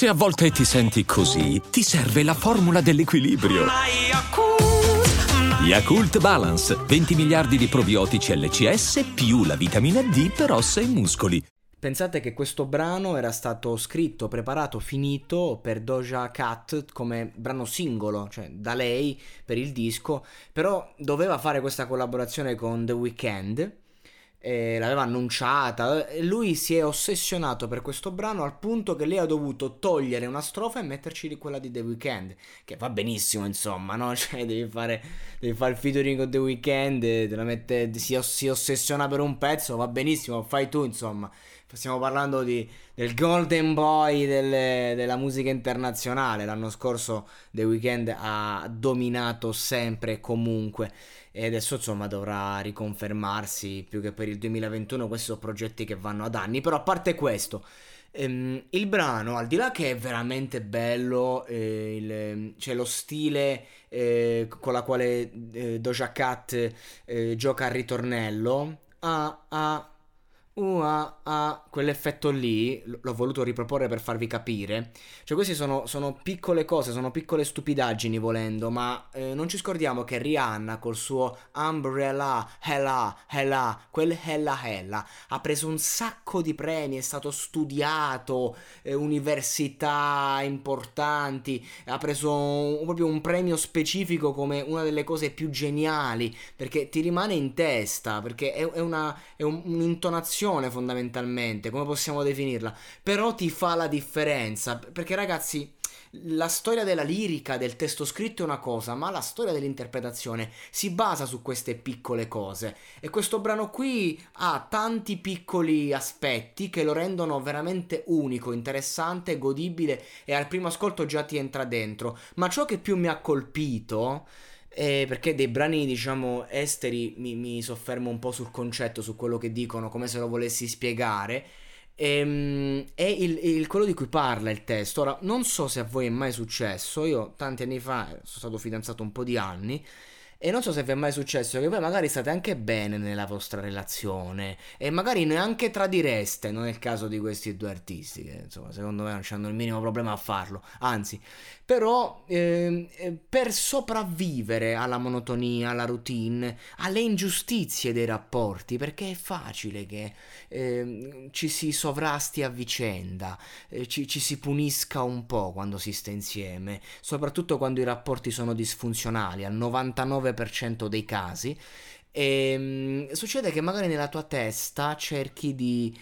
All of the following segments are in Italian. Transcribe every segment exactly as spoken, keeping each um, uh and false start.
Se a volte ti senti così, ti serve la formula dell'equilibrio. Yakult Balance, venti miliardi di probiotici L C S più la vitamina D per ossa e muscoli. Pensate che questo brano era stato scritto, preparato, finito per Doja Cat come brano singolo, cioè da lei per il disco, però doveva fare questa collaborazione con The Weeknd, eh, l'aveva annunciata, e lui si è ossessionato per questo brano al punto che lei ha dovuto togliere una strofa e metterci di quella di The Weeknd, che va benissimo insomma, no? Cioè devi fare, devi fare il featuring con The Weeknd, te la mette, si, si ossessiona per un pezzo, va benissimo, fai tu insomma. Stiamo parlando di, del Golden Boy delle, della musica internazionale. L'anno scorso The Weeknd ha dominato sempre e comunque, e adesso insomma dovrà riconfermarsi più che per il duemilaventuno. Questi sono progetti che vanno ad anni. Però a parte questo, ehm, il brano, al di là che è veramente bello, eh, il, c'è lo stile eh, con la quale eh, Doja Cat eh, gioca al ritornello, ha, ha Uh, ah, ah, quell'effetto lì l- l'ho voluto riproporre per farvi capire. Cioè queste sono, sono piccole cose, sono piccole stupidaggini volendo, ma eh, non ci scordiamo che Rihanna col suo Umbrella, Hella, Hella, quel Hella Hella ha preso un sacco di premi, è stato studiato, eh, università importanti, ha preso un- proprio un premio specifico come una delle cose più geniali, perché ti rimane in testa, perché è, è una è un- un'intonazione fondamentalmente, come possiamo definirla? Però ti fa la differenza, perché ragazzi, la storia della lirica, del testo scritto è una cosa, ma la storia dell'interpretazione si basa su queste piccole cose, e questo brano qui ha tanti piccoli aspetti che lo rendono veramente unico, interessante, godibile, e al primo ascolto già ti entra dentro. Ma ciò che più mi ha colpito, eh, perché dei brani, diciamo, esteri mi, mi soffermo un po' sul concetto, su quello che dicono, come se lo volessi spiegare. Ehm, è il, il- quello di cui parla il testo. Ora, non so se a voi è mai successo. Io tanti anni fa sono stato fidanzato un po' di anni, e non so se vi è mai successo che voi magari state anche bene nella vostra relazione e magari neanche tradireste, non è il caso di questi due artisti che insomma secondo me non hanno il minimo problema a farlo, anzi, però ehm, eh, per sopravvivere alla monotonia, alla routine, alle ingiustizie dei rapporti, perché è facile che ehm, ci si sovrasti a vicenda, eh, ci, ci si punisca un po' quando si sta insieme, soprattutto quando i rapporti sono disfunzionali al novantanove per cento dei casi. E mm, succede che magari nella tua testa cerchi di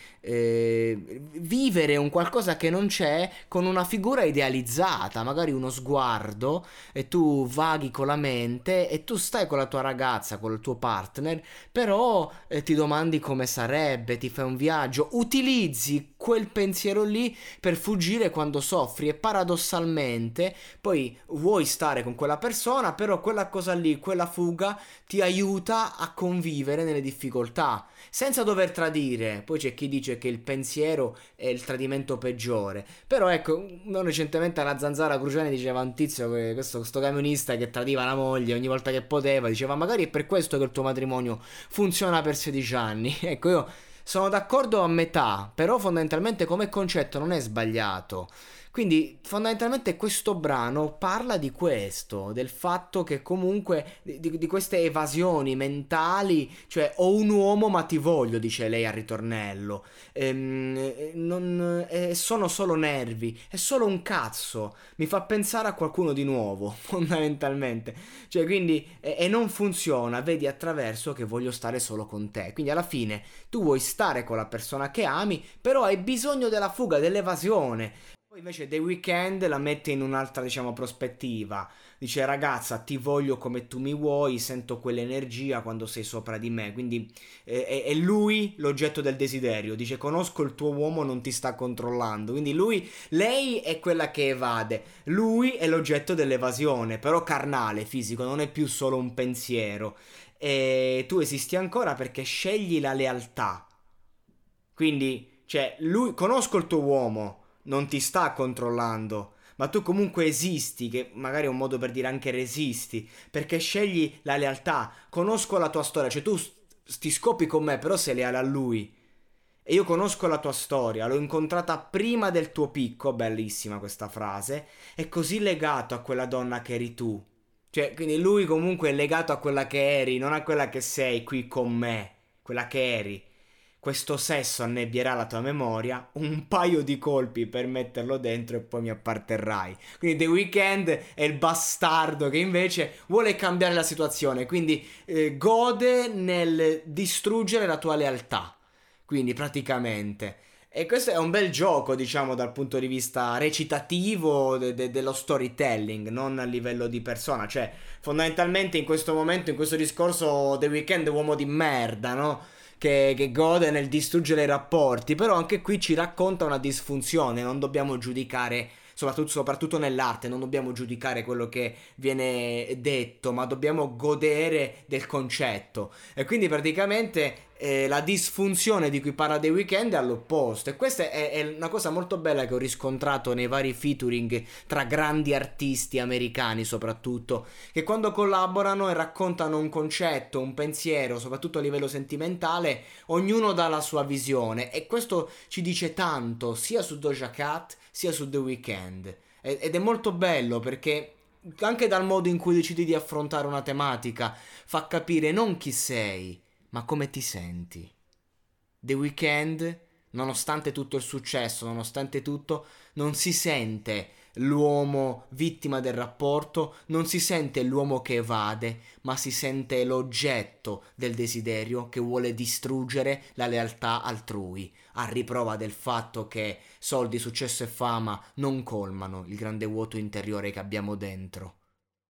eh, vivere un qualcosa che non c'è con una figura idealizzata, magari uno sguardo, e tu vaghi con la mente e tu stai con la tua ragazza, con il tuo partner, però eh, ti domandi come sarebbe, ti fai un viaggio, utilizzi quel pensiero lì per fuggire quando soffri, e paradossalmente poi vuoi stare con quella persona, però quella cosa lì, quella fuga ti aiuta a convivere nelle difficoltà senza dover tradire. Poi c'è chi dice che il pensiero è il tradimento peggiore, però ecco, non recentemente alla Zanzara Cruciani diceva un tizio, che- questo, questo camionista che tradiva la moglie ogni volta che poteva, diceva magari è per questo che il tuo matrimonio funziona per sedici anni. Ecco, io sono d'accordo a metà, però fondamentalmente come concetto non è sbagliato. Quindi fondamentalmente questo brano parla di questo, del fatto che comunque di, di- di queste evasioni mentali, cioè ho un uomo ma ti voglio, dice lei al ritornello. Ehm, eh, non, eh, sono solo nervi, è solo un cazzo, mi fa pensare a qualcuno di nuovo, fondamentalmente. Cioè quindi, e, e non funziona, vedi attraverso che voglio stare solo con te. Quindi alla fine tu vuoi stare con la persona che ami, però hai bisogno della fuga, dell'evasione. Poi invece The Weeknd la mette in un'altra, diciamo, prospettiva. Dice ragazza, ti voglio come tu mi vuoi, sento quell'energia quando sei sopra di me. Quindi eh, è, è lui l'oggetto del desiderio. Dice conosco il tuo uomo, non ti sta controllando. Quindi lui, lei è quella che evade. Lui è l'oggetto dell'evasione, però carnale, fisico, non è più solo un pensiero. E tu esisti ancora perché scegli la lealtà. Quindi, cioè, lui, conosco il tuo uomo, non ti sta controllando, ma tu comunque esisti, che magari è un modo per dire anche resisti, perché scegli la lealtà. Conosco la tua storia, cioè tu s- ti scopi con me, però sei leale a lui. e io conosco la tua storia, l'ho incontrata prima del tuo picco, bellissima questa frase, è così legato a quella donna che eri tu. Cioè, quindi lui comunque è legato a quella che eri, non a quella che sei qui con me, quella che eri. Questo sesso annebbierà la tua memoria, un paio di colpi per metterlo dentro e poi mi apparterrai. Quindi The Weeknd è il bastardo che invece vuole cambiare la situazione, quindi eh, gode nel distruggere la tua lealtà. Quindi praticamente. E questo è un bel gioco, diciamo, dal punto di vista recitativo de- de- dello storytelling, non a livello di persona. Cioè, fondamentalmente in questo momento, in questo discorso, The Weeknd è uomo di merda, no? Che, che gode nel distruggere i rapporti. Però anche qui ci racconta una disfunzione, non dobbiamo giudicare. Soprattutto, soprattutto nell'arte non dobbiamo giudicare quello che viene detto, ma dobbiamo godere del concetto. E quindi praticamente eh, la disfunzione di cui parla The Weeknd è all'opposto. E questa è, è una cosa molto bella che ho riscontrato nei vari featuring tra grandi artisti americani soprattutto, che quando collaborano e raccontano un concetto, un pensiero, soprattutto a livello sentimentale, ognuno dà la sua visione. E questo ci dice tanto sia su Doja Cat sia su The Weeknd, ed è molto bello perché anche dal modo in cui decidi di affrontare una tematica fa capire non chi sei ma come ti senti. The Weeknd, nonostante tutto il successo, nonostante tutto, non si sente l'uomo vittima del rapporto, non si sente l'uomo che evade, ma si sente l'oggetto del desiderio che vuole distruggere la lealtà altrui, a riprova del fatto che soldi, successo e fama non colmano il grande vuoto interiore che abbiamo dentro.